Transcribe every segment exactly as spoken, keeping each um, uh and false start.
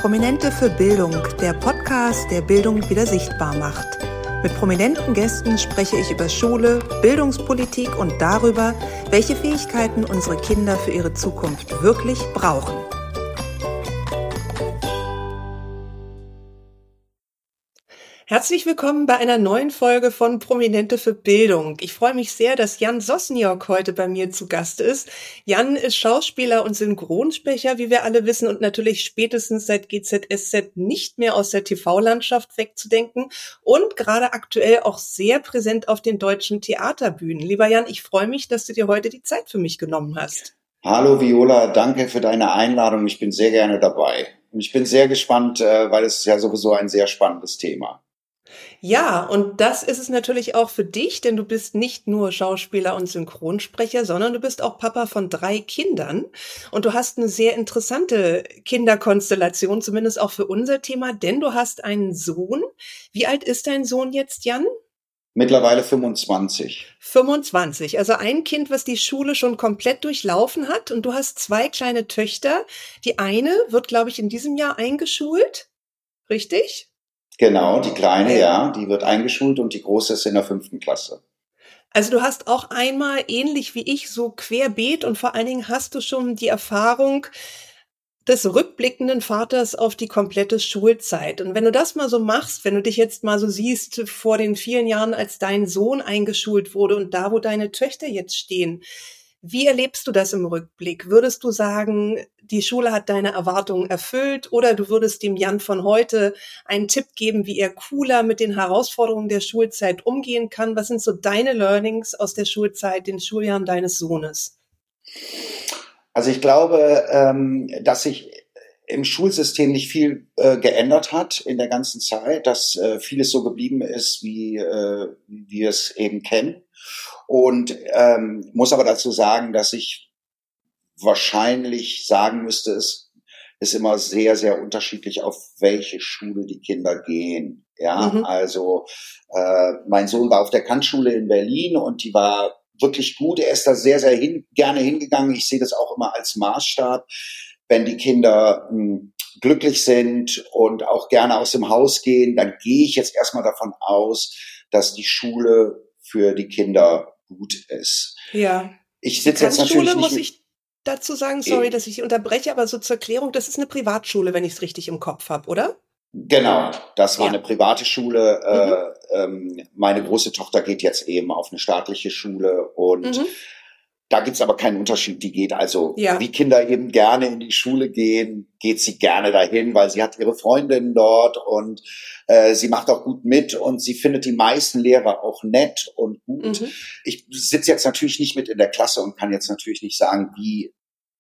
Prominente für Bildung, der Podcast, der Bildung wieder sichtbar macht. Mit prominenten Gästen spreche ich über Schule, Bildungspolitik und darüber, welche Fähigkeiten unsere Kinder für ihre Zukunft wirklich brauchen. Herzlich willkommen bei einer neuen Folge von Prominente für Bildung. Ich freue mich sehr, dass Jan Sosniok heute bei mir zu Gast ist. Jan ist Schauspieler und Synchronsprecher, wie wir alle wissen, und natürlich spätestens seit G Z S Z nicht mehr aus der T V-Landschaft wegzudenken und gerade aktuell auch sehr präsent auf den deutschen Theaterbühnen. Lieber Jan, ich freue mich, dass du dir heute die Zeit für mich genommen hast. Hallo Viola, danke für deine Einladung. Ich bin sehr gerne dabei. Und ich bin sehr gespannt, weil es ist ja sowieso ein sehr spannendes Thema. Ja, und das ist es natürlich auch für dich, denn du bist nicht nur Schauspieler und Synchronsprecher, sondern du bist auch Papa von drei Kindern. Und du hast eine sehr interessante Kinderkonstellation, zumindest auch für unser Thema, denn du hast einen Sohn. Wie alt ist dein Sohn jetzt, Jan? Mittlerweile fünfundzwanzig. fünfundzwanzig, also ein Kind, was die Schule schon komplett durchlaufen hat. Und du hast zwei kleine Töchter. Die eine wird, glaube ich, in diesem Jahr eingeschult. Richtig? Genau, die Kleine, ja, die wird eingeschult und die Große ist in der fünften Klasse. Also du hast auch einmal, ähnlich wie ich, so querbeet und vor allen Dingen hast du schon die Erfahrung des rückblickenden Vaters auf die komplette Schulzeit. Und wenn du das mal so machst, wenn du dich jetzt mal so siehst vor den vielen Jahren, als dein Sohn eingeschult wurde und da, wo deine Töchter jetzt stehen, wie erlebst du das im Rückblick? Würdest du sagen, die Schule hat deine Erwartungen erfüllt oder du würdest dem Jan von heute einen Tipp geben, wie er cooler mit den Herausforderungen der Schulzeit umgehen kann? Was sind so deine Learnings aus der Schulzeit, den Schuljahren deines Sohnes? Also ich glaube, ähm, dass sich im Schulsystem nicht viel äh, geändert hat in der ganzen Zeit, dass äh, vieles so geblieben ist, wie, äh, wie wir es eben kennen. Und ähm, muss aber dazu sagen, dass ich wahrscheinlich sagen müsste, es ist immer sehr, sehr unterschiedlich, auf welche Schule die Kinder gehen. Ja, mhm. also äh, mein Sohn war auf der Kantschule in Berlin und die war wirklich gut. Er ist da sehr, sehr hin, gerne hingegangen. Ich sehe das auch immer als Maßstab, wenn die Kinder mh, glücklich sind und auch gerne aus dem Haus gehen, dann gehe ich jetzt erstmal davon aus, dass die Schule für die Kinder gut ist. Ja. Ich sitze jetzt natürlich nicht muss ich dazu sagen, sorry, dass ich unterbreche, aber so zur Klärung, das ist eine Privatschule, wenn ich es richtig im Kopf habe, oder? Genau, das war ja. eine private Schule. Mhm. Äh, ähm, meine große Tochter geht jetzt eben auf eine staatliche Schule und mhm. da gibt's aber keinen Unterschied. Die geht also, ja. wie Kinder eben gerne in die Schule gehen, geht sie gerne dahin, weil sie hat ihre Freundinnen dort und äh, sie macht auch gut mit und sie findet die meisten Lehrer auch nett und gut. Mhm. Ich sitze jetzt natürlich nicht mit in der Klasse und kann jetzt natürlich nicht sagen, wie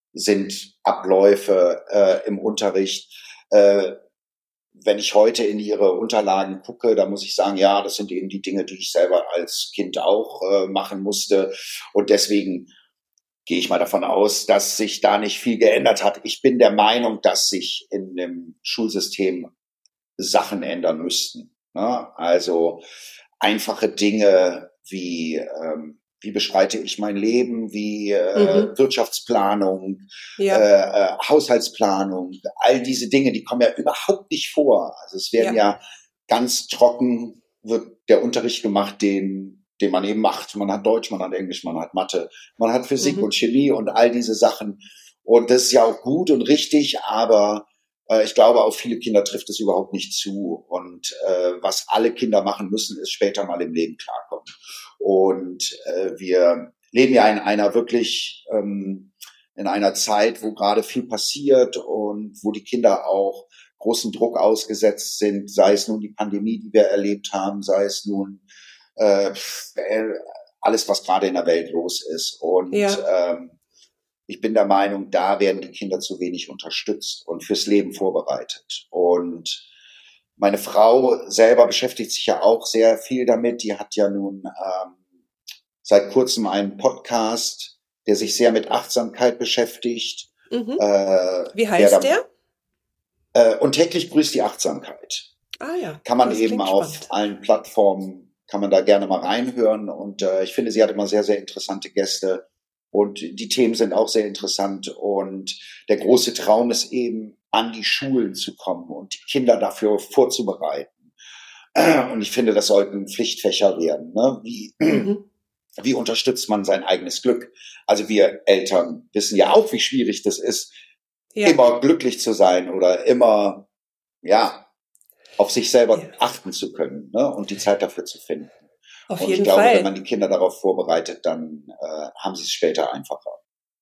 sind Abläufe äh, im Unterricht. Äh, wenn ich heute in ihre Unterlagen gucke, da muss ich sagen, ja, das sind eben die Dinge, die ich selber als Kind auch äh, machen musste und deswegen gehe ich mal davon aus, dass sich da nicht viel geändert hat. Ich bin der Meinung, dass sich in dem Schulsystem Sachen ändern müssten. Ne? Also einfache Dinge wie, ähm, wie bestreite ich mein Leben, wie äh, mhm. Wirtschaftsplanung, ja. äh, äh, Haushaltsplanung, all diese Dinge, die kommen ja überhaupt nicht vor. Also es werden ja, ja ganz trocken, wird der Unterricht gemacht, den den man eben macht. Man hat Deutsch, man hat Englisch, man hat Mathe, man hat Physik mhm. und Chemie und all diese Sachen. Und das ist ja auch gut und richtig, aber äh, ich glaube, auf viele Kinder trifft es überhaupt nicht zu. Und äh, was alle Kinder machen müssen, ist später mal im Leben klarkommen. Und äh, wir leben ja in einer wirklich, ähm, in einer Zeit, wo gerade viel passiert und wo die Kinder auch großen Druck ausgesetzt sind, sei es nun die Pandemie, die wir erlebt haben, sei es nun Äh, alles, was gerade in der Welt los ist. Und ja. ähm, ich bin der Meinung, da werden die Kinder zu wenig unterstützt und fürs Leben vorbereitet. Und meine Frau selber beschäftigt sich ja auch sehr viel damit. Die hat ja nun ähm, seit kurzem einen Podcast, der sich sehr mit Achtsamkeit beschäftigt. Mhm. Äh, Wie heißt der? der? Äh, und täglich grüßt die Achtsamkeit. Ah ja. Kann man eben auf spannend. allen Plattformen kann man da gerne mal reinhören und äh, ich finde, sie hat immer sehr, sehr interessante Gäste und die Themen sind auch sehr interessant und der große Traum ist eben, an die Schulen zu kommen und die Kinder dafür vorzubereiten. Und ich finde, das sollten Pflichtfächer werden. Ne? Wie, mhm. wie unterstützt man sein eigenes Glück? Also wir Eltern wissen ja auch, wie schwierig das ist, ja. immer glücklich zu sein oder immer, ja, auf sich selber ja. achten zu können, ne? Und die Zeit dafür zu finden. Auf und jeden ich glaube, Fall. wenn man die Kinder darauf vorbereitet, dann äh, haben sie es später einfacher.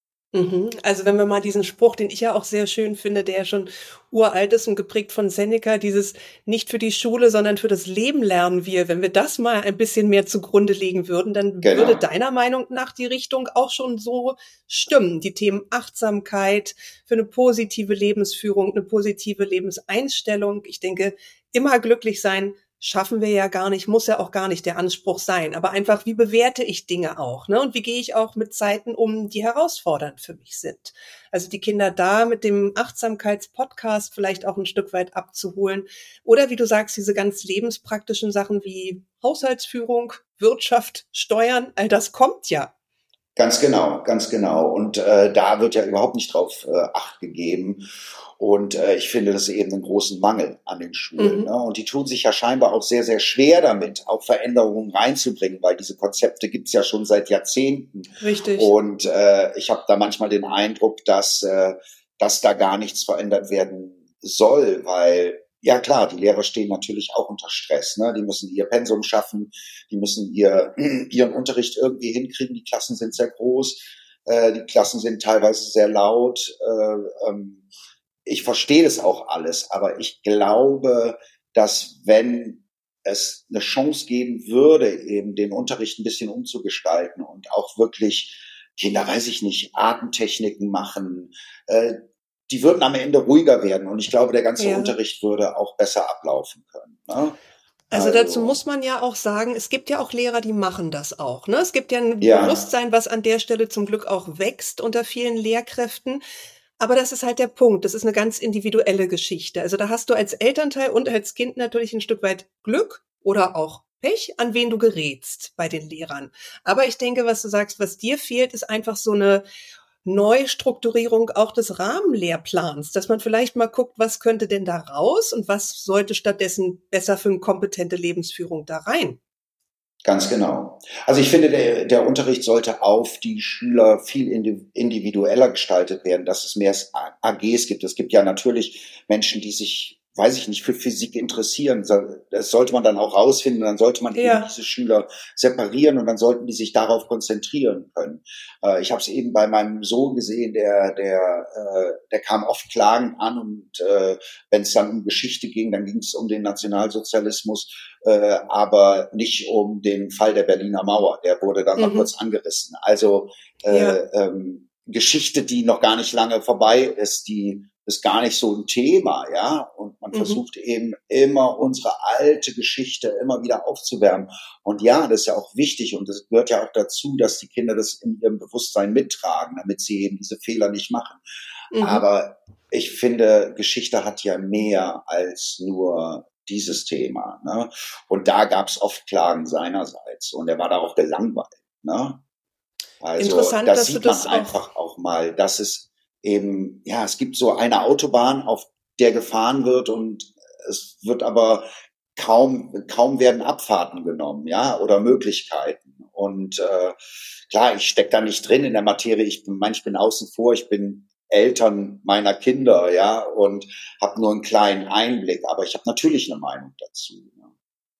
Mhm. Also wenn wir mal diesen Spruch, den ich ja auch sehr schön finde, der ja schon uralt ist und geprägt von Seneca, dieses nicht für die Schule, sondern für das Leben lernen wir, wenn wir das mal ein bisschen mehr zugrunde legen würden, dann genau. würde deiner Meinung nach die Richtung auch schon so stimmen. Die Themen Achtsamkeit, für eine positive Lebensführung, eine positive Lebenseinstellung. Ich denke, immer glücklich sein schaffen wir ja gar nicht, muss ja auch gar nicht der Anspruch sein. Aber einfach, wie bewerte ich Dinge auch, ne? Und wie gehe ich auch mit Zeiten um, die herausfordernd für mich sind? Also die Kinder da mit dem Achtsamkeitspodcast vielleicht auch ein Stück weit abzuholen. Oder wie du sagst, diese ganz lebenspraktischen Sachen wie Haushaltsführung, Wirtschaft, Steuern, all das kommt ja. Ganz genau, ganz genau. Und äh, da wird ja überhaupt nicht drauf äh, Acht gegeben. Und äh, ich finde das eben einen großen Mangel an den Schulen. Mhm. Ne? Und die tun sich ja scheinbar auch sehr, sehr schwer damit, auch Veränderungen reinzubringen, weil diese Konzepte gibt's ja schon seit Jahrzehnten. Richtig. Und äh, ich habe da manchmal den Eindruck, dass, äh, dass da gar nichts verändert werden soll, weil ja klar, die Lehrer stehen natürlich auch unter Stress. Ne? Die müssen ihr Pensum schaffen, die müssen ihr, ihren Unterricht irgendwie hinkriegen. Die Klassen sind sehr groß, äh, die Klassen sind teilweise sehr laut. Äh, ähm, ich verstehe das auch alles, aber ich glaube, dass wenn es eine Chance geben würde, eben den Unterricht ein bisschen umzugestalten und auch wirklich, Kinder, weiß ich nicht, Atemtechniken machen, äh, die würden am Ende ruhiger werden. Und ich glaube, der ganze ja. Unterricht würde auch besser ablaufen können. Ne? Also, also dazu muss man ja auch sagen, es gibt ja auch Lehrer, die machen das auch. Ne? Es gibt ja ein ja. Bewusstsein, was an der Stelle zum Glück auch wächst unter vielen Lehrkräften. Aber das ist halt der Punkt. Das ist eine ganz individuelle Geschichte. Also da hast du als Elternteil und als Kind natürlich ein Stück weit Glück oder auch Pech, an wen du gerätst bei den Lehrern. Aber ich denke, was du sagst, was dir fehlt, ist einfach so eine Neustrukturierung auch des Rahmenlehrplans, dass man vielleicht mal guckt, was könnte denn da raus und was sollte stattdessen besser für eine kompetente Lebensführung da rein? Ganz genau. Also ich finde, der, der Unterricht sollte auf die Schüler viel individueller gestaltet werden, dass es mehr A Gs gibt. Es gibt ja natürlich Menschen, die sich, weiß ich nicht, für Physik interessieren. Das sollte man dann auch rausfinden. Dann sollte man ja. eben diese Schüler separieren und dann sollten die sich darauf konzentrieren können. Äh, ich habe es eben bei meinem Sohn gesehen, der, der, äh, der kam oft klagend an und äh, wenn es dann um Geschichte ging, dann ging es um den Nationalsozialismus, äh, aber nicht um den Fall der Berliner Mauer. Der wurde dann mhm. mal kurz angerissen. Also äh, ja. ähm, Geschichte, die noch gar nicht lange vorbei ist, die ist gar nicht so ein Thema, ja. Und man mhm. versucht eben immer unsere alte Geschichte immer wieder aufzuwärmen. Und ja, das ist ja auch wichtig und das gehört ja auch dazu, dass die Kinder das in ihrem Bewusstsein mittragen, damit sie eben diese Fehler nicht machen. Mhm. Aber ich finde, Geschichte hat ja mehr als nur dieses Thema, ne? Und da gab es oft Klagen seinerseits und er war da auch gelangweilt, ne? Also Interessant, da dass sieht du das man einfach auch, auch mal, dass es eben, ja, es gibt so eine Autobahn, auf der gefahren wird und es wird aber kaum, kaum werden Abfahrten genommen, ja, oder Möglichkeiten. Und äh, klar, ich stecke da nicht drin in der Materie, ich bin, manchmal bin außen vor, ich bin Eltern meiner Kinder, ja, und habe nur einen kleinen Einblick, aber ich habe natürlich eine Meinung dazu. Ja.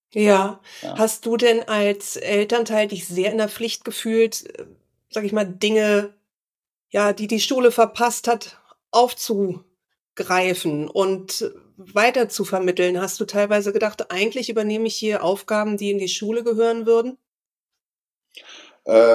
Ja. ja, hast du denn als Elternteil dich sehr in der Pflicht gefühlt, sag ich mal, Dinge, ja, die die Schule verpasst hat, aufzugreifen und weiter zu vermitteln? Hast du teilweise gedacht, eigentlich übernehme ich hier Aufgaben, die in die Schule gehören würden? Äh,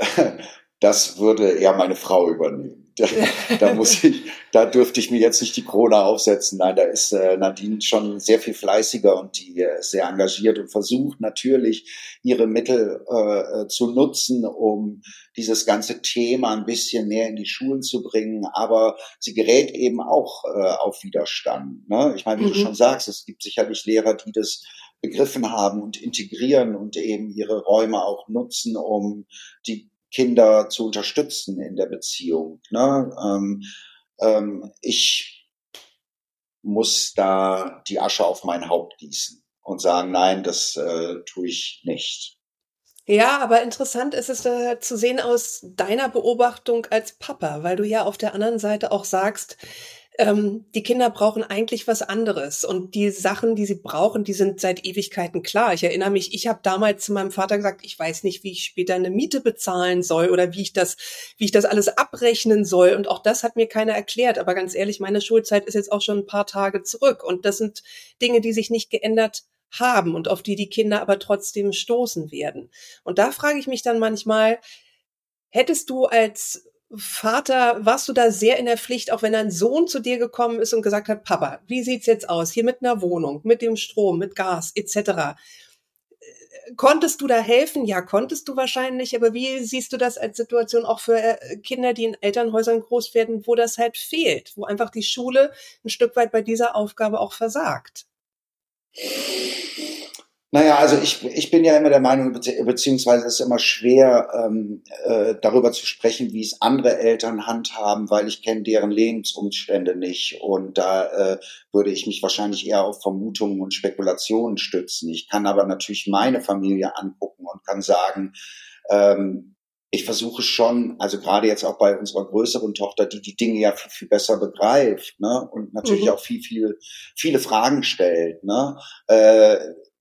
das würde eher meine Frau übernehmen. Da, da muss ich, da dürfte ich mir jetzt nicht die Krone aufsetzen. Nein, da ist äh, Nadine schon sehr viel fleißiger und die äh, ist sehr engagiert und versucht natürlich ihre Mittel äh, zu nutzen, um dieses ganze Thema ein bisschen mehr in die Schulen zu bringen. Aber sie gerät eben auch äh, auf Widerstand. Ne? Ich meine, wie mhm. du schon sagst, es gibt sicherlich Lehrer, die das begriffen haben und integrieren und eben ihre Räume auch nutzen, um die Kinder zu unterstützen in der Beziehung. Ne? Ähm, ähm, ich muss da die Asche auf mein Haupt gießen und sagen, nein, das äh, tue ich nicht. Ja, aber interessant ist es äh, zu sehen aus deiner Beobachtung als Papa, weil du ja auf der anderen Seite auch sagst, ähm, die Kinder brauchen eigentlich was anderes und die Sachen, die sie brauchen, die sind seit Ewigkeiten klar. Ich erinnere mich, ich habe damals zu meinem Vater gesagt, ich weiß nicht, wie ich später eine Miete bezahlen soll oder wie ich das, wie ich das alles abrechnen soll. Und auch das hat mir keiner erklärt. Aber ganz ehrlich, meine Schulzeit ist jetzt auch schon ein paar Tage zurück und das sind Dinge, die sich nicht geändert haben und auf die die Kinder aber trotzdem stoßen werden. Und da frage ich mich dann manchmal, hättest du als Vater, warst du da sehr in der Pflicht, auch wenn dein Sohn zu dir gekommen ist und gesagt hat, Papa, wie sieht's jetzt aus? Hier mit einer Wohnung, mit dem Strom, mit Gas et cetera. Konntest du da helfen? Ja, konntest du wahrscheinlich, aber wie siehst du das als Situation auch für Kinder, die in Elternhäusern groß werden, wo das halt fehlt, wo einfach die Schule ein Stück weit bei dieser Aufgabe auch versagt? Naja, also ich, ich bin ja immer der Meinung, beziehungsweise es ist immer schwer, ähm, äh, darüber zu sprechen, wie es andere Eltern handhaben, weil ich kenne deren Lebensumstände nicht. Und da äh, würde ich mich wahrscheinlich eher auf Vermutungen und Spekulationen stützen. Ich kann aber natürlich meine Familie angucken und kann sagen, ähm, ich versuche schon, also gerade jetzt auch bei unserer größeren Tochter, die die Dinge ja viel, viel besser begreift, ne, und natürlich mhm. auch viel, viel, viele Fragen stellt, ne, äh,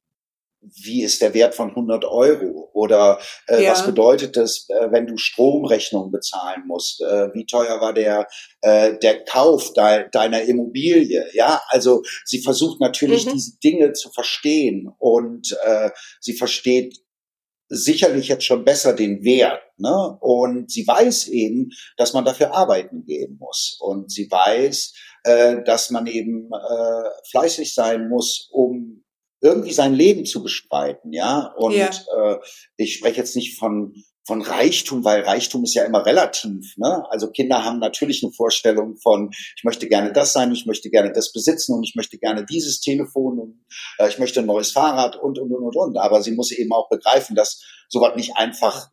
wie ist der Wert von hundert Euro? Oder äh, ja. was bedeutet das, äh, wenn du Stromrechnung bezahlen musst? Äh, wie teuer war der äh, der Kauf de- deiner Immobilie? Ja, also sie versucht natürlich mhm. diese Dinge zu verstehen und äh, sie versteht sicherlich jetzt schon besser den Wert, ne? Und sie weiß eben, dass man dafür arbeiten gehen muss. Und sie weiß, äh, dass man eben äh, fleißig sein muss, um irgendwie sein Leben zu bestreiten, ja. Und ja. Äh, ich spreche jetzt nicht von von Reichtum, weil Reichtum ist ja immer relativ, ne? Also Kinder haben natürlich eine Vorstellung von, ich möchte gerne das sein, ich möchte gerne das besitzen und ich möchte gerne dieses Telefon und äh, ich möchte ein neues Fahrrad und und und und und. Aber sie muss eben auch begreifen, dass sowas nicht einfach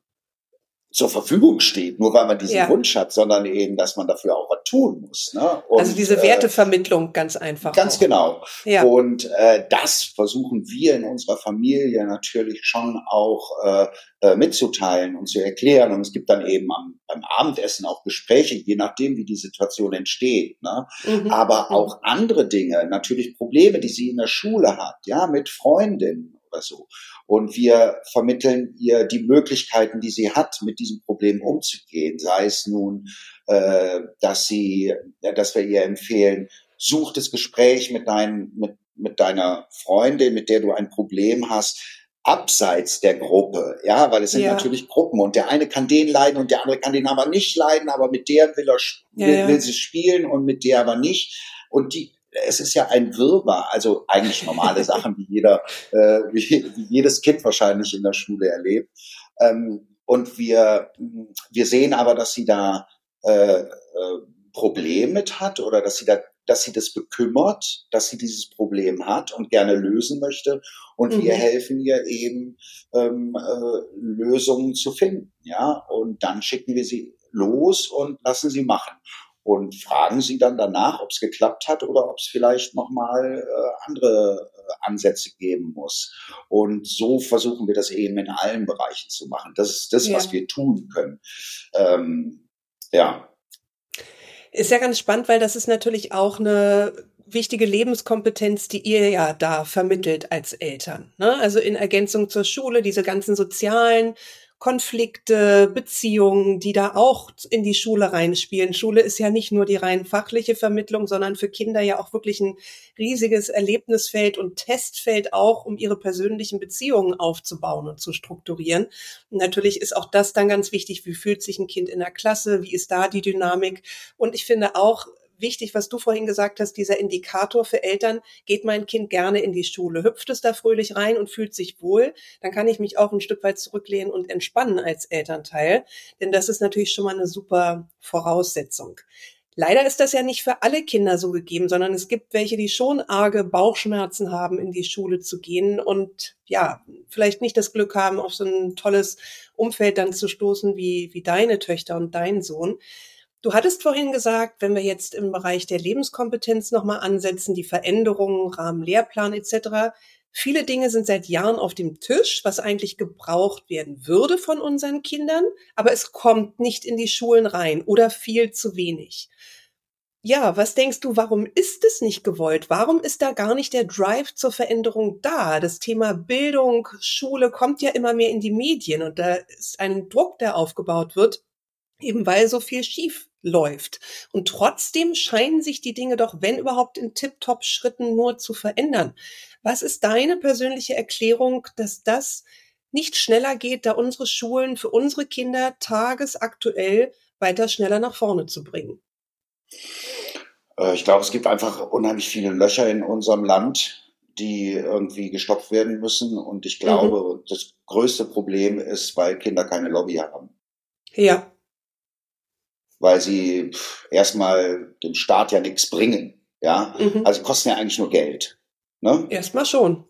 zur Verfügung steht, nur weil man diesen ja. Wunsch hat, sondern eben, dass man dafür auch was tun muss. Ne? Und, also diese Wertevermittlung äh, ganz einfach. Ganz auch. genau. Ja. Und äh, das versuchen wir in unserer Familie natürlich schon auch äh, äh, mitzuteilen und zu erklären. Und es gibt dann eben am, beim Abendessen auch Gespräche, je nachdem, wie die Situation entsteht. Ne? Mhm. Aber mhm. auch andere Dinge, natürlich Probleme, die sie in der Schule hat, ja, mit Freundinnen oder so. Und wir vermitteln ihr die Möglichkeiten, die sie hat, mit diesem Problem umzugehen. Sei es nun, äh, dass sie, ja, dass wir ihr empfehlen, such das Gespräch mit dein, mit, mit deiner Freundin, mit der du ein Problem hast, abseits der Gruppe, ja, weil es sind ja. natürlich Gruppen und der eine kann den leiden und der andere kann den aber nicht leiden, aber mit der will er, ja, will, ja. will sie spielen und mit der aber nicht. Und die, es ist ja ein Wirrwarr, also eigentlich normale Sachen, wie jeder, äh, wie, wie jedes Kind wahrscheinlich in der Schule erlebt. Ähm, und wir, wir sehen aber, dass sie da äh, äh, Problem mit hat oder dass sie da, dass sie das bekümmert, dass sie dieses Problem hat und gerne lösen möchte. Und mhm. wir helfen ihr eben, ähm, äh, Lösungen zu finden, ja. Und dann schicken wir sie los und lassen sie machen. Und fragen sie dann danach, ob es geklappt hat oder ob es vielleicht nochmal äh, andere äh, Ansätze geben muss. Und so versuchen wir das eben in allen Bereichen zu machen. Das ist das, ja. was wir tun können. Ähm, ja. Ist ja ganz spannend, weil das ist natürlich auch eine wichtige Lebenskompetenz, die ihr ja da vermittelt als Eltern, ne? Also in Ergänzung zur Schule, diese ganzen sozialen Konflikte, Beziehungen, die da auch in die Schule reinspielen. Schule ist ja nicht nur die rein fachliche Vermittlung, sondern für Kinder ja auch wirklich ein riesiges Erlebnisfeld und Testfeld auch, um ihre persönlichen Beziehungen aufzubauen und zu strukturieren. Und natürlich ist auch das dann ganz wichtig, wie fühlt sich ein Kind in der Klasse, wie ist da die Dynamik? Und ich finde auch wichtig, was du vorhin gesagt hast, dieser Indikator für Eltern, geht mein Kind gerne in die Schule, hüpft es da fröhlich rein und fühlt sich wohl, dann kann ich mich auch ein Stück weit zurücklehnen und entspannen als Elternteil, denn das ist natürlich schon mal eine super Voraussetzung. Leider ist das ja nicht für alle Kinder so gegeben, sondern es gibt welche, die schon arge Bauchschmerzen haben, in die Schule zu gehen und ja, vielleicht nicht das Glück haben, auf so ein tolles Umfeld dann zu stoßen wie, wie deine Töchter und dein Sohn. Du hattest vorhin gesagt, wenn wir jetzt im Bereich der Lebenskompetenz nochmal ansetzen, die Veränderungen, Rahmen, Lehrplan et cetera. Viele Dinge sind seit Jahren auf dem Tisch, was eigentlich gebraucht werden würde von unseren Kindern, aber es kommt nicht in die Schulen rein oder viel zu wenig. Ja, was denkst du, warum ist es nicht gewollt? Warum ist da gar nicht der Drive zur Veränderung da? Das Thema Bildung, Schule kommt ja immer mehr in die Medien und da ist ein Druck, der aufgebaut wird, eben weil so viel schief läuft. Und trotzdem scheinen sich die Dinge doch, wenn überhaupt, in Tip-Top-Schritten nur zu verändern. Was ist deine persönliche Erklärung, dass das nicht schneller geht, da unsere Schulen für unsere Kinder tagesaktuell weiter schneller nach vorne zu bringen? Ich glaube, es gibt einfach unheimlich viele Löcher in unserem Land, die irgendwie gestopft werden müssen. Und ich glaube, mhm. das größte Problem ist, weil Kinder keine Lobby haben. Ja. Weil sie erstmal dem Staat ja nichts bringen. Ja, mhm. also kosten ja eigentlich nur Geld. Ne? Erstmal schon.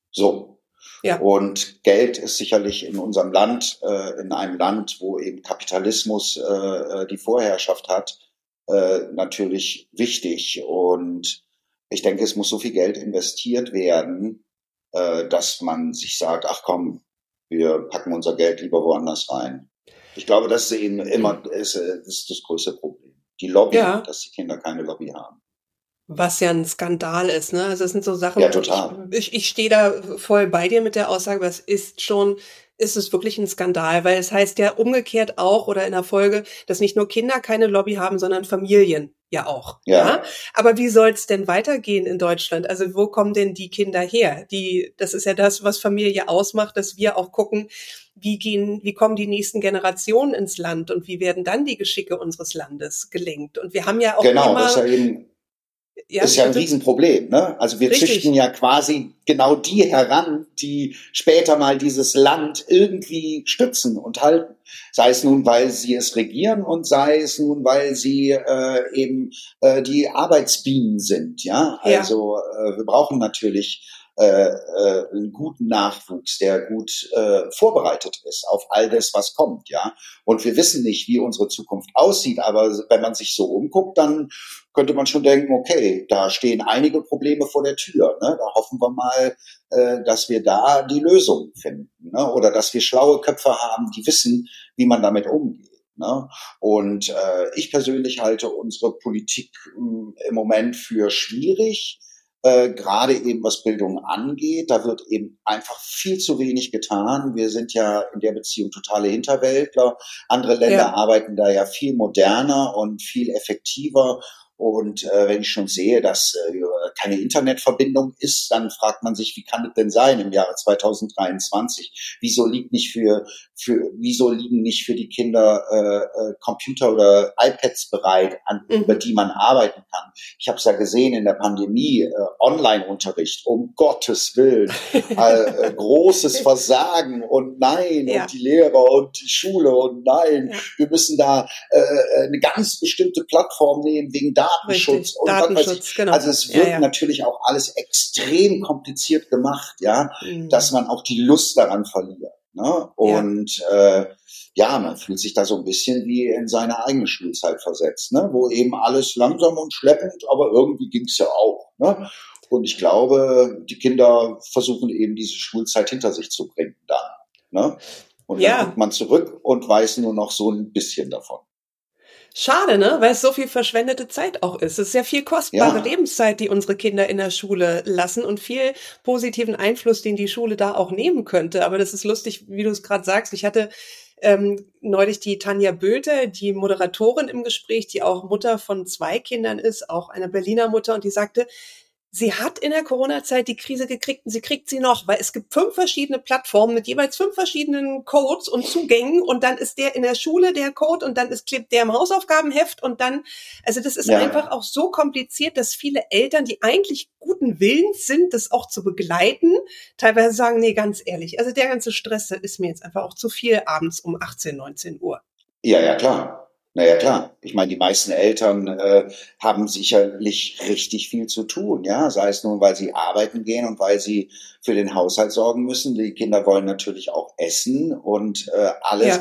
So. Ja. Und Geld ist sicherlich in unserem Land, äh, in einem Land, wo eben Kapitalismus äh, die Vorherrschaft hat, äh, natürlich wichtig. Und ich denke, es muss so viel Geld investiert werden, äh, dass man sich sagt, ach komm, wir packen unser Geld lieber woanders rein. Ich glaube, das ist eben immer ist, das, ist das größte Problem. Die Lobby, ja. dass die Kinder keine Lobby haben. Was ja ein Skandal ist, ne? Also es sind so Sachen, ja, total. ich, ich, ich stehe da voll bei dir mit der Aussage, aber es ist schon, ist es wirklich ein Skandal, weil es heißt ja umgekehrt auch oder in der Folge, dass nicht nur Kinder keine Lobby haben, sondern Familien ja auch. Ja. ja? Aber wie soll es denn weitergehen in Deutschland? Also wo kommen denn die Kinder her? Die, das ist ja das, was Familie ausmacht, dass wir auch gucken, wie gehen, wie kommen die nächsten Generationen ins Land und wie werden dann die Geschicke unseres Landes gelenkt? Und wir haben ja auch genau, immer... das ist ja eben Ja, das ist ja ein Riesenproblem, ne? Also wir Richtig. züchten ja quasi genau die heran, die später mal dieses Land irgendwie stützen und halten. Sei es nun, weil sie es regieren und sei es nun, weil sie äh, eben äh, die Arbeitsbienen sind, ja? Also äh, wir brauchen natürlich äh, äh, einen guten Nachwuchs, der gut äh, vorbereitet ist auf all das, was kommt, ja. Und wir wissen nicht, wie unsere Zukunft aussieht, aber wenn man sich so umguckt, dann könnte man schon denken, okay, da stehen einige Probleme vor der Tür, ne? Da hoffen wir mal, äh, dass wir da die Lösung finden, ne? Oder dass wir schlaue Köpfe haben, die wissen, wie man damit umgeht. Ne? Und äh, ich persönlich halte unsere Politik mh, im Moment für schwierig. Äh, gerade eben was Bildung angeht, da wird eben einfach viel zu wenig getan. Wir sind ja in der Beziehung totale Hinterwäldler. Andere Länder ja. arbeiten da ja viel moderner und viel effektiver. Und äh, wenn ich schon sehe, dass äh, keine Internetverbindung ist, dann fragt man sich, wie kann es denn sein im Jahre zwanzig dreiundzwanzig? Wieso liegt nicht für für wieso liegen nicht für die Kinder äh, Computer oder iPads bereit, an, mhm. über die man arbeiten kann? Ich habe es ja gesehen in der Pandemie, äh, Online-Unterricht, um Gottes Willen, äh, großes Versagen und nein ja. und die Lehrer und die Schule und nein, ja. wir müssen da äh, eine ganz bestimmte Plattform nehmen wegen Datenschutz. Richtig. Und Datenschutz, was weiß ich. genau. Also es wird ja, ja. natürlich auch alles extrem kompliziert gemacht, ja, mhm. dass man auch die Lust daran verliert. Ne? Und ja. Äh, ja, man fühlt sich da so ein bisschen wie in seine eigene Schulzeit versetzt, ne? Wo eben alles langsam und schleppend, aber irgendwie ging's ja auch. Ne? Und ich glaube, die Kinder versuchen eben diese Schulzeit hinter sich zu bringen dann. Ne? Und ja. dann guckt man zurück und weiß nur noch so ein bisschen davon. Schade, ne? Weil es so viel verschwendete Zeit auch ist. Es ist ja viel kostbare ja. Lebenszeit, die unsere Kinder in der Schule lassen und viel positiven Einfluss, den die Schule da auch nehmen könnte. Aber das ist lustig, wie du es gerade sagst. Ich hatte ähm, neulich die Tanja Bülter, die Moderatorin im Gespräch, die auch Mutter von zwei Kindern ist, auch eine Berliner Mutter, und die sagte, sie hat in der Corona-Zeit die Krise gekriegt und sie kriegt sie noch, weil es gibt fünf verschiedene Plattformen mit jeweils fünf verschiedenen Codes und Zugängen und dann ist der in der Schule der Code und dann ist klebt der im Hausaufgabenheft und dann, also das ist ja. einfach auch so kompliziert, dass viele Eltern, die eigentlich guten Willens sind, das auch zu begleiten, teilweise sagen, nee, ganz ehrlich, also der ganze Stress, das ist mir jetzt einfach auch zu viel abends um achtzehn, neunzehn Uhr. Ja, ja, klar. Naja, klar. Ich meine, die meisten Eltern äh, haben sicherlich richtig viel zu tun, ja. Sei es nun, weil sie arbeiten gehen und weil sie für den Haushalt sorgen müssen. Die Kinder wollen natürlich auch essen und äh, alles. Ja.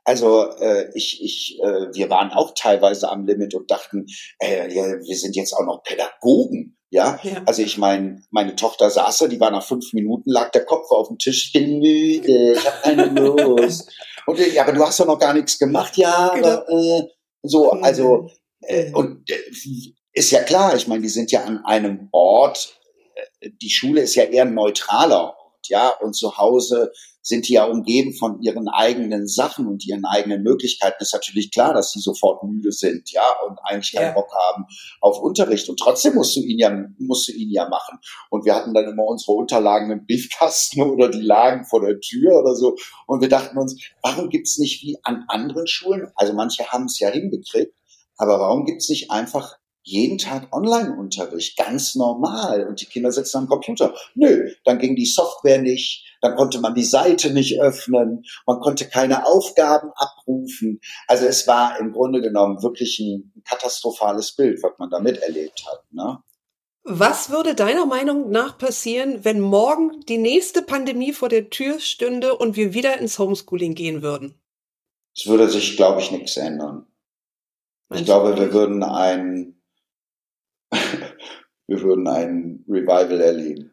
Also äh, ich, ich, äh, wir waren auch teilweise am Limit und dachten, äh, ja, wir sind jetzt auch noch Pädagogen. Ja, Ja. also ich meine, meine Tochter saß da, die war nach fünf Minuten, lag der Kopf auf dem Tisch, ich bin müde, ich habe keine Lust. Und ja, aber du hast doch noch gar nichts gemacht. Ja, Genau. aber äh, so, also äh, und äh, ist ja klar, ich meine, die sind ja an einem Ort, äh, die Schule ist ja eher ein neutraler Ort, ja, und zu Hause sind die ja umgeben von ihren eigenen Sachen und ihren eigenen Möglichkeiten. Ist natürlich klar, dass sie sofort müde sind, ja, und eigentlich keinen ja. Bock haben auf Unterricht. Und trotzdem musst du ihn ja, musst du ihn ja machen. Und wir hatten dann immer unsere Unterlagen im Briefkasten oder die lagen vor der Tür oder so. Und wir dachten uns, warum gibt's nicht wie an anderen Schulen? Also manche haben es ja hingekriegt, aber warum gibt's nicht einfach jeden Tag Online-Unterricht, ganz normal. Und die Kinder sitzen am Computer. Nö, dann ging die Software nicht, dann konnte man die Seite nicht öffnen, man konnte keine Aufgaben abrufen. Also es war im Grunde genommen wirklich ein katastrophales Bild, was man da miterlebt hat. Ne? Was würde deiner Meinung nach passieren, wenn morgen die nächste Pandemie vor der Tür stünde und wir wieder ins Homeschooling gehen würden? Es würde sich, glaube ich, nichts ändern. Meinst ich glaube, wir würden ein wir würden ein Revival erleben.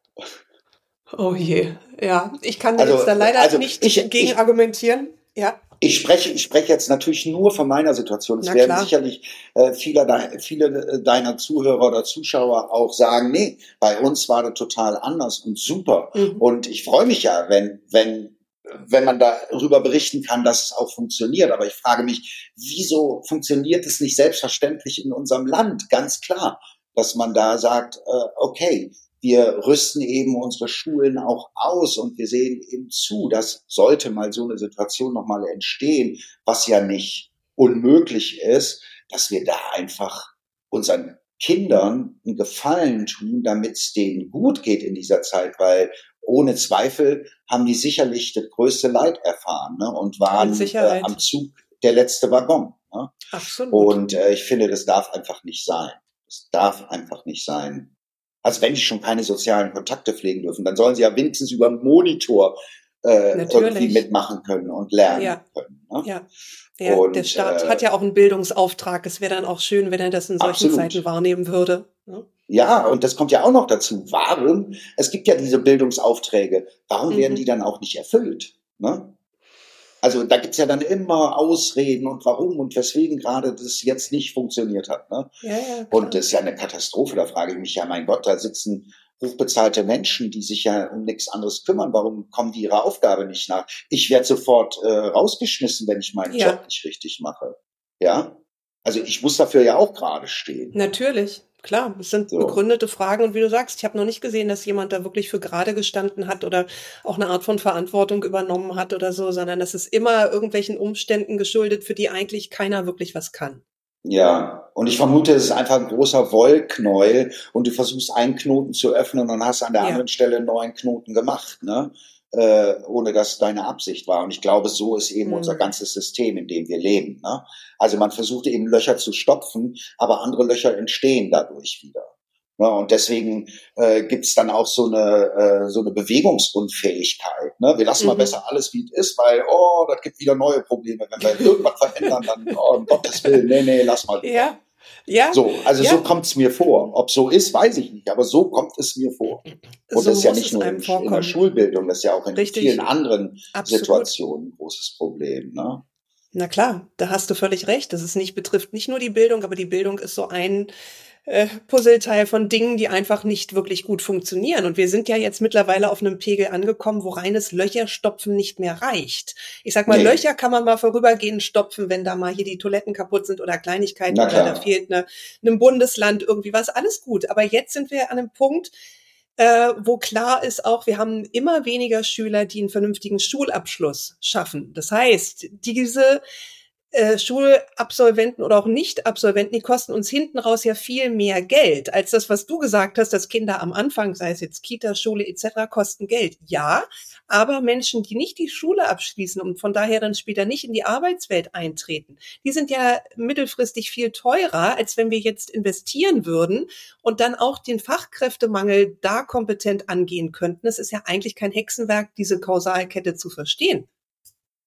Oh je, ja. Ich kann da also, jetzt da leider also nicht ich, gegen ich, argumentieren. Ja. Ich spreche, ich spreche jetzt natürlich nur von meiner Situation. Es Na werden klar. sicherlich äh, viele, viele deiner Zuhörer oder Zuschauer auch sagen, nee, bei uns war das total anders und super. Mhm. Und ich freue mich ja, wenn, wenn, wenn man darüber berichten kann, dass es auch funktioniert. Aber ich frage mich, wieso funktioniert es nicht selbstverständlich in unserem Land? Ganz klar, dass man da sagt, äh, okay, wir rüsten eben unsere Schulen auch aus und wir sehen eben zu, dass sollte mal so eine Situation nochmal entstehen, was ja nicht unmöglich ist, dass wir da einfach unseren Kindern einen Gefallen tun, damit es denen gut geht in dieser Zeit, weil ohne Zweifel haben die sicherlich das größte Leid erfahren, ne, und waren äh, am Zug der letzte Waggon. Ne? Absolut. Und äh, ich finde, das darf einfach nicht sein. Das darf einfach nicht sein. Also wenn sie schon keine sozialen Kontakte pflegen dürfen, dann sollen sie ja wenigstens über einen Monitor äh, irgendwie mitmachen können und lernen ja. können. Ne? Ja, ja. Und, der Staat äh, hat ja auch einen Bildungsauftrag. Es wäre dann auch schön, wenn er das in solchen absolut. Zeiten wahrnehmen würde. Ne? Ja, und das kommt ja auch noch dazu. Warum? Es gibt ja diese Bildungsaufträge. Warum mhm. werden die dann auch nicht erfüllt? Ne? Also da gibt's ja dann immer Ausreden und warum und weswegen gerade das jetzt nicht funktioniert hat. Ne? Ja, ja, und das ist ja eine Katastrophe. Da frage ich mich ja, mein Gott, da sitzen hochbezahlte Menschen, die sich ja um nichts anderes kümmern. Warum kommen die ihrer Aufgabe nicht nach? Ich werde sofort äh, rausgeschmissen, wenn ich meinen ja. Job nicht richtig mache. Ja, also ich muss dafür ja auch gerade stehen. Natürlich. Klar, es sind so. begründete Fragen und wie du sagst, ich habe noch nicht gesehen, dass jemand da wirklich für gerade gestanden hat oder auch eine Art von Verantwortung übernommen hat oder so, sondern es ist immer irgendwelchen Umständen geschuldet, für die eigentlich keiner wirklich was kann. Ja, und ich vermute, es ist einfach ein großer Wollknäuel und du versuchst einen Knoten zu öffnen und hast an der ja. anderen Stelle einen neuen Knoten gemacht, ne? Äh, ohne dass deine Absicht war. Und ich glaube, so ist eben mhm. unser ganzes System, in dem wir leben. Ne? Also man versucht eben Löcher zu stopfen, aber andere Löcher entstehen dadurch wieder. Ne? Und deswegen äh, gibt es dann auch so eine äh, so eine Bewegungsunfähigkeit. Ne? Wir lassen mhm. mal besser alles, wie es ist, weil, oh, das gibt wieder neue Probleme. Wenn wir irgendwas verändern, dann, oh, um Gottes Willen, nee, nee, lass mal wieder. Ja. Ja, so, also ja. so kommt es mir vor. Ob so ist, weiß ich nicht, aber so kommt es mir vor. Und so das ist ja nicht nur in, in der Schulbildung, das ist ja auch in Richtig. vielen anderen Absolut. Situationen ein großes Problem. Ne? Na klar, da hast du völlig recht. Das ist nicht, betrifft nicht nur die Bildung, aber die Bildung ist so ein äh, Puzzleteil von Dingen, die einfach nicht wirklich gut funktionieren. Und wir sind ja jetzt mittlerweile auf einem Pegel angekommen, wo reines Löcherstopfen nicht mehr reicht. Ich sag mal, nee. Löcher kann man mal vorübergehend stopfen, wenn da mal hier die Toiletten kaputt sind oder Kleinigkeiten oder da fehlt eine, einem Bundesland irgendwie was. Alles gut. Aber jetzt sind wir an einem Punkt, äh, wo klar ist auch, wir haben immer weniger Schüler, die einen vernünftigen Schulabschluss schaffen. Das heißt, diese Äh, Schulabsolventen oder auch Nicht-Absolventen, die kosten uns hinten raus ja viel mehr Geld als das, was du gesagt hast, dass Kinder am Anfang, sei es jetzt Kita, Schule et cetera, kosten Geld. Ja, aber Menschen, die nicht die Schule abschließen und von daher dann später nicht in die Arbeitswelt eintreten, die sind ja mittelfristig viel teurer, als wenn wir jetzt investieren würden und dann auch den Fachkräftemangel da kompetent angehen könnten. Es ist ja eigentlich kein Hexenwerk, diese Kausalkette zu verstehen.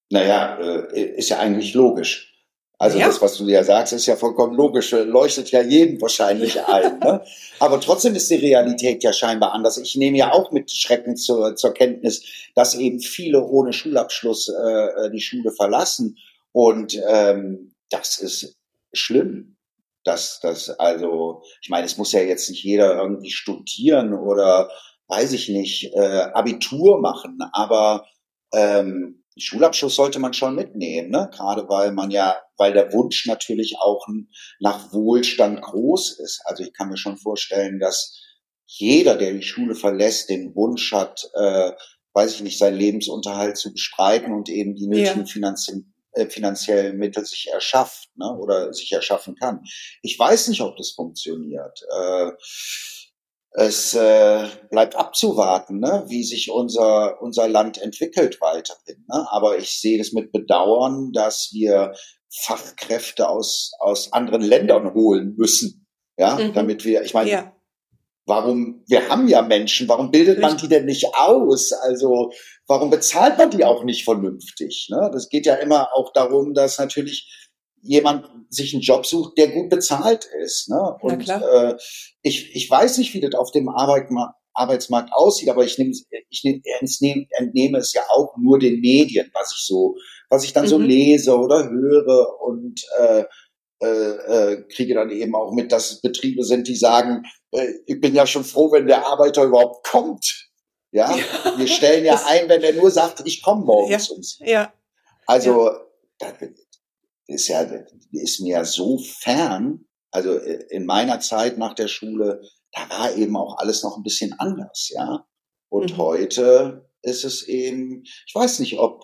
Naja, äh, ist ja eigentlich logisch. Also ja. das, was du ja sagst, ist ja vollkommen logisch, leuchtet ja jedem wahrscheinlich ja. ein. Ne? Aber trotzdem ist die Realität ja scheinbar anders. Ich nehme ja auch mit Schrecken zur, zur Kenntnis, dass eben viele ohne Schulabschluss äh, die Schule verlassen. Und ähm, das ist schlimm. Das, das, also, ich meine, es muss ja jetzt nicht jeder irgendwie studieren oder, weiß ich nicht, äh, Abitur machen, aber ähm, Schulabschluss sollte man schon mitnehmen, ne? Gerade weil man ja, weil der Wunsch natürlich auch nach Wohlstand groß ist. Also ich kann mir schon vorstellen, dass jeder, der die Schule verlässt, den Wunsch hat, äh, weiß ich nicht, seinen Lebensunterhalt zu bestreiten und eben die nötigen ja. finanziellen äh, finanziellen Mittel sich erschafft, ne? Oder sich erschaffen kann. Ich weiß nicht, ob das funktioniert. Äh, Es äh, bleibt abzuwarten, ne, wie sich unser unser Land entwickelt weiterhin. Ne? Aber ich sehe das mit Bedauern, dass wir Fachkräfte aus aus anderen Ländern holen müssen, ja, mhm. damit wir. Ich meine, ja. warum? Wir haben ja Menschen. Warum bildet Richtig. man die denn nicht aus? Also warum bezahlt man die auch nicht vernünftig? Ne? Das geht ja immer auch darum, dass natürlich jemand sich einen Job sucht, der gut bezahlt ist. Ne? Und äh, ich, ich weiß nicht, wie das auf dem Arbeitma- Arbeitsmarkt aussieht, aber ich nehme, ich nehme, entnehme, entnehme es ja auch nur den Medien, was ich so, was ich dann mhm. so lese oder höre und äh, äh, äh, kriege dann eben auch mit, dass es Betriebe sind, die sagen, äh, ich bin ja schon froh, wenn der Arbeiter überhaupt kommt. Ja, ja. Wir stellen ja das, ein, wenn er nur sagt, ich komme morgens ja, ums. Ja. Also ja. Das ist ja, ist mir ja so fern. Also in meiner Zeit nach der Schule, da war eben auch alles noch ein bisschen anders, ja. Und mhm. heute ist es eben, ich weiß nicht, ob,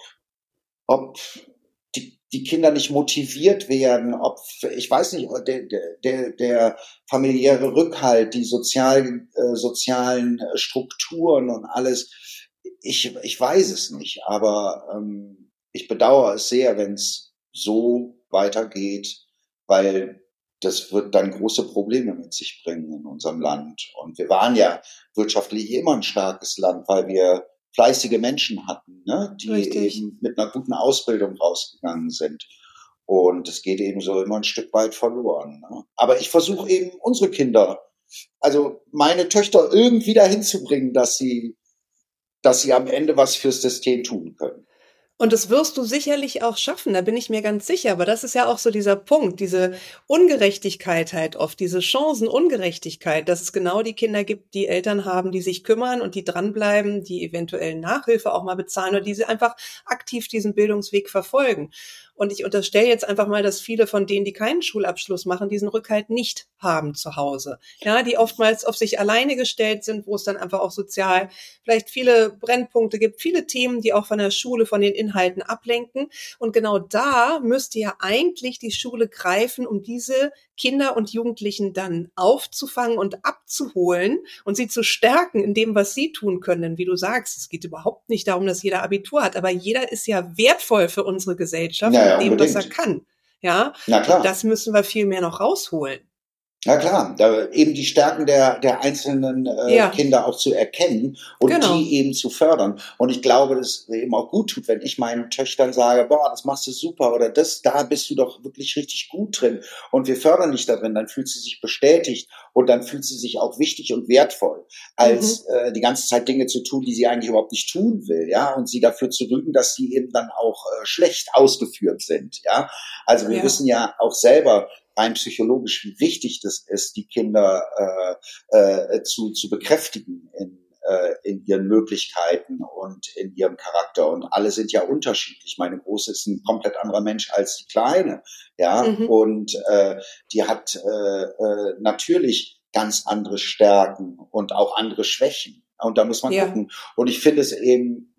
ob die, die Kinder nicht motiviert werden, ob, ich weiß nicht, der, der, der familiäre Rückhalt, die sozial, äh, sozialen Strukturen und alles, ich, ich weiß es nicht, aber ähm, ich bedauere es sehr, wenn es so weitergeht, weil das wird dann große Probleme mit sich bringen in unserem Land. Und wir waren ja wirtschaftlich immer ein starkes Land, weil wir fleißige Menschen hatten, ne, die Richtig. eben mit einer guten Ausbildung rausgegangen sind. Und es geht eben so immer ein Stück weit verloren. Ne? Aber ich versuche eben unsere Kinder, also meine Töchter irgendwie dahin zu bringen, dass sie, dass sie am Ende was fürs System tun können. Und das wirst du sicherlich auch schaffen, da bin ich mir ganz sicher. Aber das ist ja auch so dieser Punkt, diese Ungerechtigkeit halt oft, diese Chancenungerechtigkeit, dass es genau die Kinder gibt, die Eltern haben, die sich kümmern und die dranbleiben, die eventuell Nachhilfe auch mal bezahlen oder die sie einfach aktiv diesen Bildungsweg verfolgen. Und ich unterstelle jetzt einfach mal, dass viele von denen, die keinen Schulabschluss machen, diesen Rückhalt nicht haben zu Hause. Ja, die oftmals auf sich alleine gestellt sind, wo es dann einfach auch sozial vielleicht viele Brennpunkte gibt, viele Themen, die auch von der Schule, von den Inhalten ablenken. Und genau da müsste ja eigentlich die Schule greifen, um diese Kinder und Jugendlichen dann aufzufangen und abzuholen und sie zu stärken in dem, was sie tun können. Denn wie du sagst, es geht überhaupt nicht darum, dass jeder Abitur hat, aber jeder ist ja wertvoll für unsere Gesellschaft ja, ja, mit dem, unbedingt. was er kann. Ja, Na klar. Und das müssen wir viel mehr noch rausholen. Ja klar, da eben die Stärken der der einzelnen äh, ja. Kinder auch zu erkennen und genau. die eben zu fördern. Und ich glaube, dass es eben auch gut tut, wenn ich meinen Töchtern sage, boah, das machst du super oder das, da bist du doch wirklich richtig gut drin und wir fördern dich darin, dann fühlt sie sich bestätigt und dann fühlt sie sich auch wichtig und wertvoll, als mhm. äh, die ganze Zeit Dinge zu tun, die sie eigentlich überhaupt nicht tun will, ja, und sie dafür zu rügen, dass sie eben dann auch äh, schlecht ausgeführt sind, ja. Also wir ja. wissen ja auch selber, rein psychologisch, wie wichtig das ist, die Kinder äh, äh, zu, zu bekräftigen in, äh, in ihren Möglichkeiten und in ihrem Charakter. Und alle sind ja unterschiedlich. Meine Große ist ein komplett anderer Mensch als die Kleine, ja. Mhm. Und äh, die hat äh, äh, natürlich ganz andere Stärken und auch andere Schwächen. Und da muss man ja. gucken. Und ich finde es eben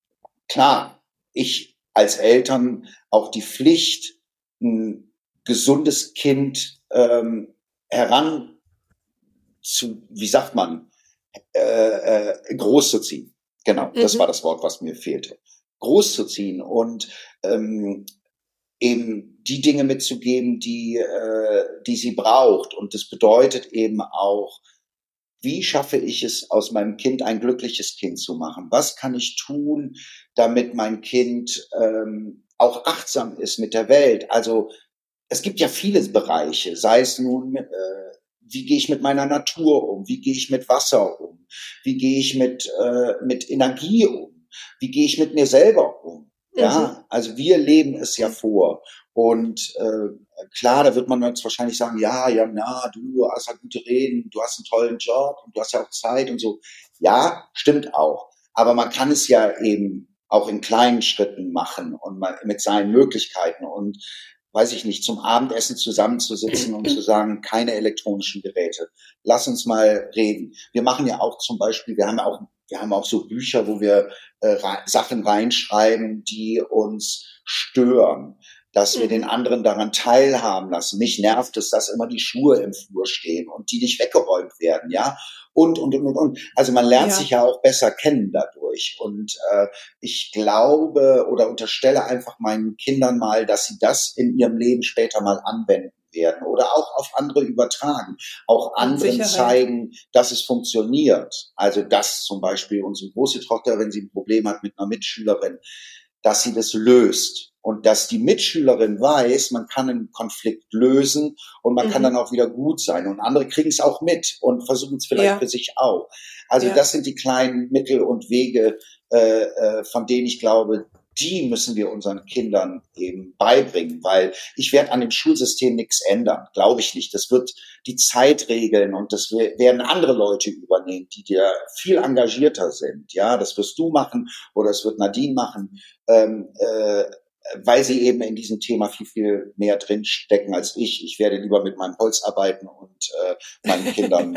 klar, ich als Eltern auch die Pflicht, ein gesundes Kind ähm, heran zu, wie sagt man, äh, äh, groß zu ziehen. Genau, mhm. das war das Wort, was mir fehlte. Groß zu ziehen und ähm, eben die Dinge mitzugeben, die, äh, die sie braucht. Und das bedeutet eben auch, wie schaffe ich es, aus meinem Kind ein glückliches Kind zu machen? Was kann ich tun, damit mein Kind ähm, auch achtsam ist mit der Welt? Also es gibt ja viele Bereiche, sei es nun, äh, wie gehe ich mit meiner Natur um? Wie gehe ich mit Wasser um? Wie gehe ich mit, äh, mit Energie um? Wie gehe ich mit mir selber um? Mhm. Ja, also wir leben es ja vor. Und äh, klar, da wird man jetzt wahrscheinlich sagen, ja, ja, na, du hast ja gute Reden, du hast einen tollen Job und du hast ja auch Zeit und so. Ja, stimmt auch. Aber man kann es ja eben auch in kleinen Schritten machen und mal mit seinen Möglichkeiten und weiß ich nicht, zum Abendessen zusammenzusitzen und zu sagen, keine elektronischen Geräte. Lass uns mal reden. Wir machen ja auch zum Beispiel, wir haben ja auch, wir haben auch so Bücher, wo wir äh, Sachen reinschreiben, die uns stören, dass wir den anderen daran teilhaben lassen. Mich nervt es, dass immer die Schuhe im Flur stehen und die nicht weggeräumt werden, ja. Und, und, und, und. Also man lernt ja. sich ja auch besser kennen dadurch. Und äh, ich glaube oder unterstelle einfach meinen Kindern mal, dass sie das in ihrem Leben später mal anwenden werden oder auch auf andere übertragen, auch anderen zeigen, dass es funktioniert. Also dass zum Beispiel unsere große Tochter, wenn sie ein Problem hat mit einer Mitschülerin, dass sie das löst. Und dass die Mitschülerin weiß, man kann einen Konflikt lösen und man mhm. kann dann auch wieder gut sein. Und andere kriegen es auch mit und versuchen es vielleicht ja. für sich auch. Also ja. das sind die kleinen Mittel und Wege, äh, äh, von denen ich glaube, die müssen wir unseren Kindern eben beibringen. Weil ich werde an dem Schulsystem nichts ändern, glaube ich nicht. Das wird die Zeit regeln und das werden andere Leute übernehmen, die dir viel engagierter sind. Ja, das wirst du machen oder das wird Nadine machen. Ähm, äh, weil sie eben in diesem Thema viel, viel mehr drinstecken als ich. Ich werde lieber mit meinem Holz arbeiten und äh, meinen Kindern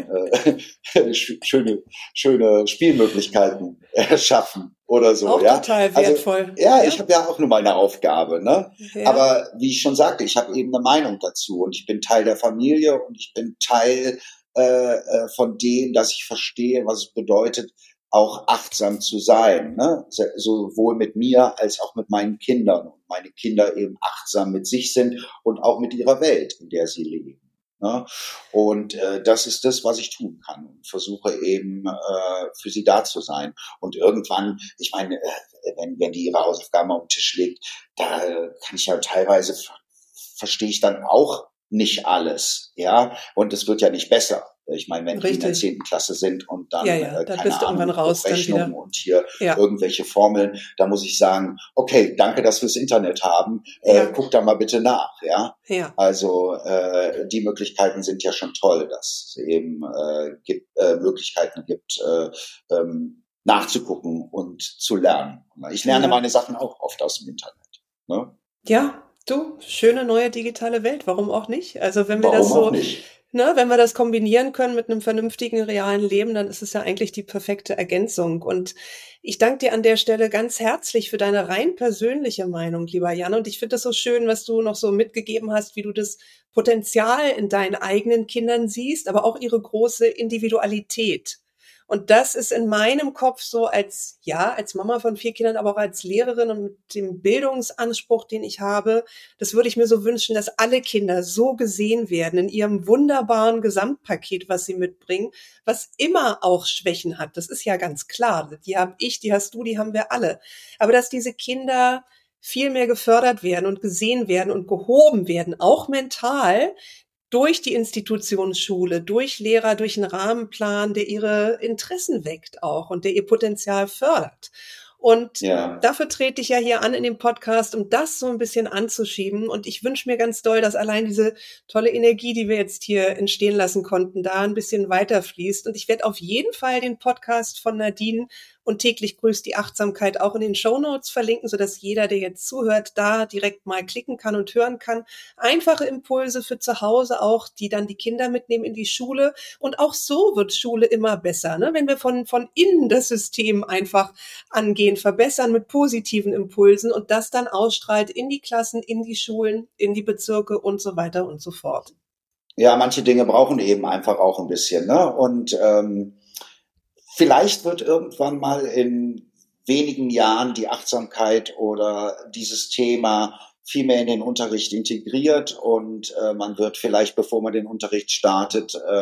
äh, schöne, schöne Spielmöglichkeiten erschaffen oder so. Auch ja? total wertvoll. Also, ja, ja, ich habe ja auch nur meine Aufgabe. Ne? Ja. Aber wie ich schon sagte, ich habe eben eine Meinung dazu und ich bin Teil der Familie und ich bin Teil äh, von dem, dass ich verstehe, was es bedeutet, auch achtsam zu sein, ne? Sowohl mit mir als auch mit meinen Kindern. Und meine Kinder eben achtsam mit sich sind und auch mit ihrer Welt, in der sie leben. Ne? Und äh, das ist das, was ich tun kann. Und versuche eben äh, für sie da zu sein. Und irgendwann, ich meine, äh, wenn, wenn die ihre Hausaufgaben auf den Tisch legt, da äh, kann ich ja teilweise, verstehe ich dann auch nicht alles. Ja, und es wird ja nicht besser. Ich meine, wenn Richtig. die in der zehnten Klasse sind und dann, ja, ja, äh, dann keine bist du Ahnung, raus, Rechnungen und hier ja. irgendwelche Formeln, da muss ich sagen, okay, danke, dass wir das Internet haben, äh, ja. guck da mal bitte nach, ja. ja. Also äh, die Möglichkeiten sind ja schon toll, dass es eben äh, gibt, äh, Möglichkeiten gibt, äh, ähm, nachzugucken und zu lernen. Ich lerne ja. meine Sachen auch oft aus dem Internet. Ne? Ja, du, schöne neue digitale Welt, warum auch nicht? Also wenn wir warum das so... auch nicht? Ne, wenn wir das kombinieren können mit einem vernünftigen, realen Leben, dann ist es ja eigentlich die perfekte Ergänzung. Und ich danke dir an der Stelle ganz herzlich für deine rein persönliche Meinung, lieber Jan. Und ich finde das so schön, was du noch so mitgegeben hast, wie du das Potenzial in deinen eigenen Kindern siehst, aber auch ihre große Individualität. Und das ist in meinem Kopf so als, ja, als Mama von vier Kindern, aber auch als Lehrerin und mit dem Bildungsanspruch, den ich habe, das würde ich mir so wünschen, dass alle Kinder so gesehen werden in ihrem wunderbaren Gesamtpaket, was sie mitbringen, was immer auch Schwächen hat. Das ist ja ganz klar. Die habe ich, die hast du, die haben wir alle. Aber dass diese Kinder viel mehr gefördert werden und gesehen werden und gehoben werden, auch mental, durch die Institutionsschule, durch Lehrer, durch einen Rahmenplan, der ihre Interessen weckt auch und der ihr Potenzial fördert. Und ja. dafür trete ich ja hier an in dem Podcast, um das so ein bisschen anzuschieben. Und ich wünsche mir ganz doll, dass allein diese tolle Energie, die wir jetzt hier entstehen lassen konnten, da ein bisschen weiterfließt. Und ich werde auf jeden Fall den Podcast von Nadine und täglich grüßt die Achtsamkeit auch in den Shownotes verlinken, sodass jeder, der jetzt zuhört, da direkt mal klicken kann und hören kann. Einfache Impulse für zu Hause auch, die dann die Kinder mitnehmen in die Schule. Und auch so wird Schule immer besser, ne? Wenn wir von, von innen das System einfach angehen, verbessern mit positiven Impulsen und das dann ausstrahlt in die Klassen, in die Schulen, in die Bezirke und so weiter und so fort. Ja, manche Dinge brauchen eben einfach auch ein bisschen, ne? Und ähm vielleicht wird irgendwann mal in wenigen Jahren die Achtsamkeit oder dieses Thema viel mehr in den Unterricht integriert und äh, man wird vielleicht, bevor man den Unterricht startet, äh,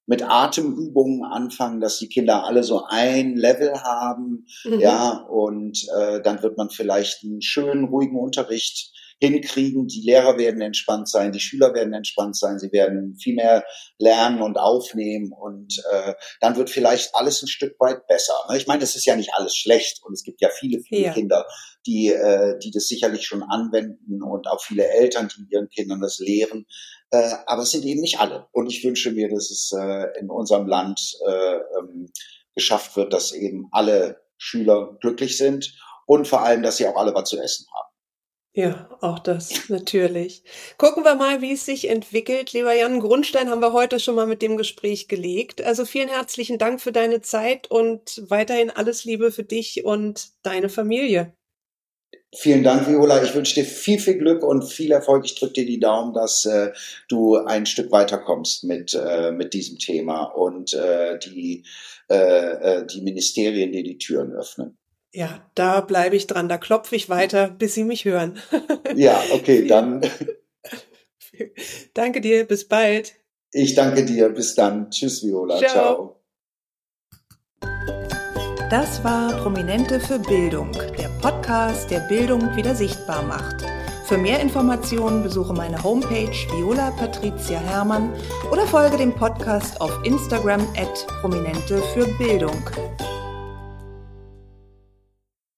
mit Atemübungen anfangen, dass die Kinder alle so ein Level haben, mhm. ja, und äh, dann wird man vielleicht einen schönen, ruhigen Unterricht hinkriegen. Die Lehrer werden entspannt sein, die Schüler werden entspannt sein, sie werden viel mehr lernen und aufnehmen und äh, dann wird vielleicht alles ein Stück weit besser. Ich meine, das ist ja nicht alles schlecht und es gibt ja viele, viele ja. Kinder, die äh, die das sicherlich schon anwenden und auch viele Eltern, die ihren Kindern das lehren. Äh, aber es sind eben nicht alle. Und ich wünsche mir, dass es äh, in unserem Land äh, ähm, geschafft wird, dass eben alle Schüler glücklich sind und vor allem, dass sie auch alle was zu essen haben. Ja, auch das, natürlich. Gucken wir mal, wie es sich entwickelt. Lieber Jan, Grundstein haben wir heute schon mal mit dem Gespräch gelegt. Also vielen herzlichen Dank für deine Zeit und weiterhin alles Liebe für dich und deine Familie. Vielen Dank, Viola. Ich wünsche dir viel, viel Glück und viel Erfolg. Ich drücke dir die Daumen, dass äh, du ein Stück weiterkommst mit äh, mit diesem Thema und äh, die äh, die Ministerien dir die Türen öffnen. Ja, da bleibe ich dran. Da klopfe ich weiter, bis Sie mich hören. Ja, okay, dann. Danke dir. Bis bald. Ich danke dir. Bis dann. Tschüss, Viola. Ciao. Ciao. Das war Prominente für Bildung, der Podcast, der Bildung wieder sichtbar macht. Für mehr Informationen besuche meine Homepage Viola Patricia Herrmann oder folge dem Podcast auf Instagram at Prominente für Bildung.